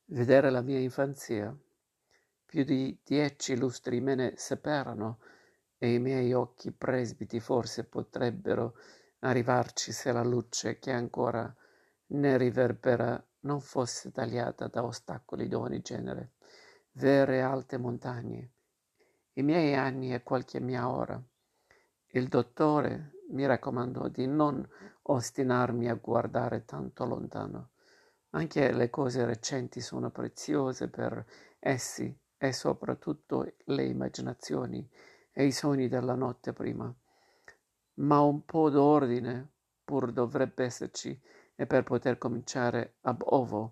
Vedere la mia infanzia. Più di 10 lustri me ne separano e i miei occhi presbiti forse potrebbero arrivarci se la luce che ancora ne riverbera non fosse tagliata da ostacoli di ogni genere, vere alte montagne, i miei anni e qualche mia ora. Il dottore mi raccomandò di non ostinarmi a guardare tanto lontano. Anche le cose recenti sono preziose per essi e soprattutto le immaginazioni e i sogni della notte prima. Ma un po' d'ordine pur dovrebbe esserci e per poter cominciare ab ovo.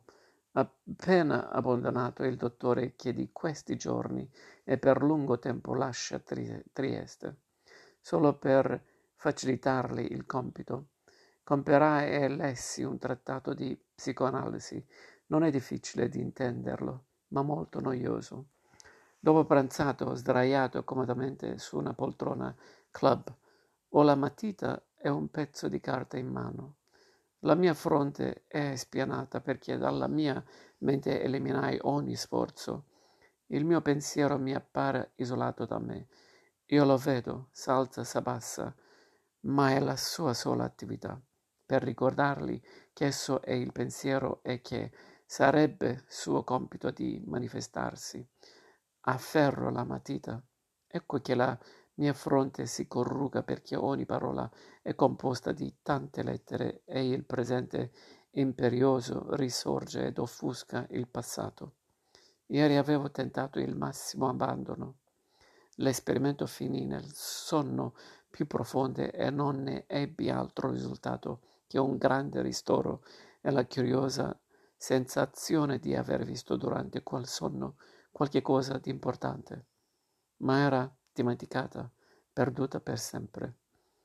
Appena abbandonato il dottore che di questi giorni e per lungo tempo lascia Trieste, solo per facilitargli il compito. Comperai lessi un trattato di psicoanalisi. Non è difficile di intenderlo, ma molto noioso. Dopo pranzato, sdraiato comodamente su una poltrona club, ho la matita e un pezzo di carta in mano. La mia fronte è spianata perché dalla mia mente eliminai ogni sforzo. Il mio pensiero mi appare isolato da me. Io lo vedo, s'alza, s'abbassa, ma è la sua sola attività. Per ricordargli che esso è il pensiero e che sarebbe suo compito di manifestarsi. Afferro la matita. Ecco che la mia fronte si corruga perché ogni parola è composta di tante lettere e il presente imperioso risorge ed offusca il passato. Ieri avevo tentato il massimo abbandono. L'esperimento finì nel sonno più profondo e non ne ebbi altro risultato che un grande ristoro e la curiosa sensazione di aver visto durante quel sonno qualche cosa di importante, ma era dimenticata, perduta per sempre.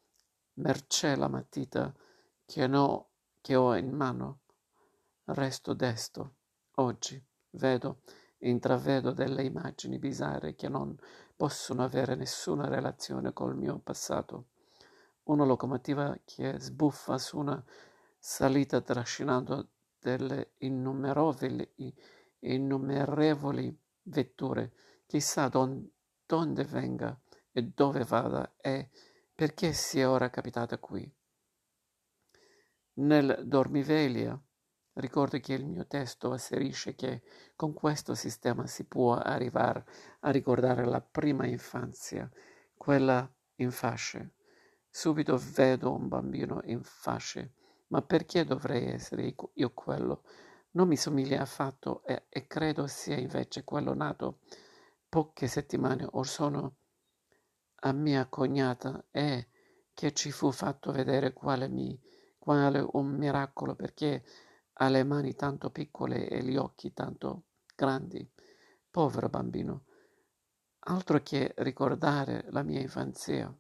Mercé la matita che ho in mano, resto desto. Oggi intravedo delle immagini bizzarre che non possono avere nessuna relazione col mio passato. Una locomotiva che sbuffa su una salita trascinando delle innumerevoli vetture. Chissà donde venga e dove vada e perché sia ora capitata qui. Nel dormiveglia ricordo che il mio testo asserisce che con questo sistema si può arrivare a ricordare la prima infanzia, quella in fasce. Subito vedo un bambino in fasce, ma perché dovrei essere io quello? Non mi somiglia affatto e credo sia invece quello nato poche settimane or sono a mia cognata e che ci fu fatto vedere quale un miracolo perché ha le mani tanto piccole e gli occhi tanto grandi. Povero bambino, altro che ricordare la mia infanzia.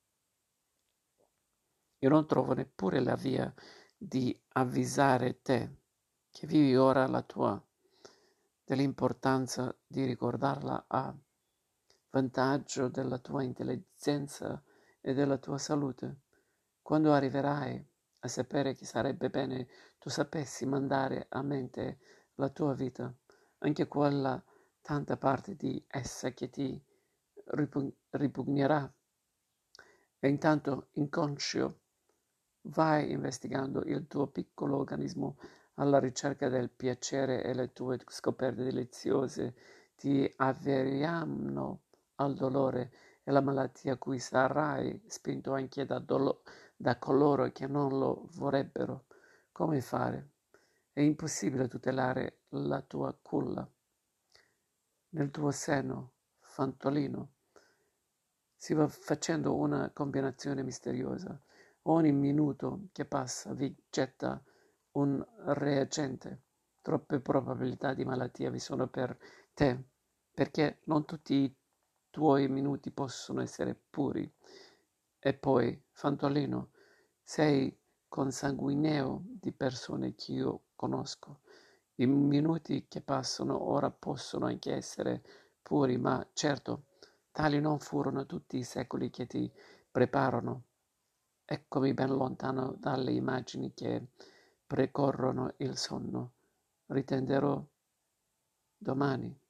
Io non trovo neppure la via di avvisare te, che vivi ora la tua, dell'importanza di ricordarla a vantaggio della tua intelligenza e della tua salute. Quando arriverai a sapere che sarebbe bene tu sapessi mandare a mente la tua vita, anche quella tanta parte di essa che ti ripugnerà, e intanto inconscio vai investigando il tuo piccolo organismo alla ricerca del piacere e le tue scoperte deliziose ti avveriranno al dolore e alla malattia a cui sarai spinto anche da coloro che non lo vorrebbero. Come fare? È impossibile tutelare la tua culla. Nel tuo seno, fantolino, si va facendo una combinazione misteriosa. Ogni minuto che passa vi getta un reagente. Troppe probabilità di malattia vi sono per te, perché non tutti i tuoi minuti possono essere puri. E poi, Fantolino, sei consanguineo di persone che io conosco. I minuti che passano ora possono anche essere puri, ma certo, tali non furono tutti i secoli che ti preparano. Eccomi ben lontano dalle immagini che precorrono il sonno. Ritenderò domani.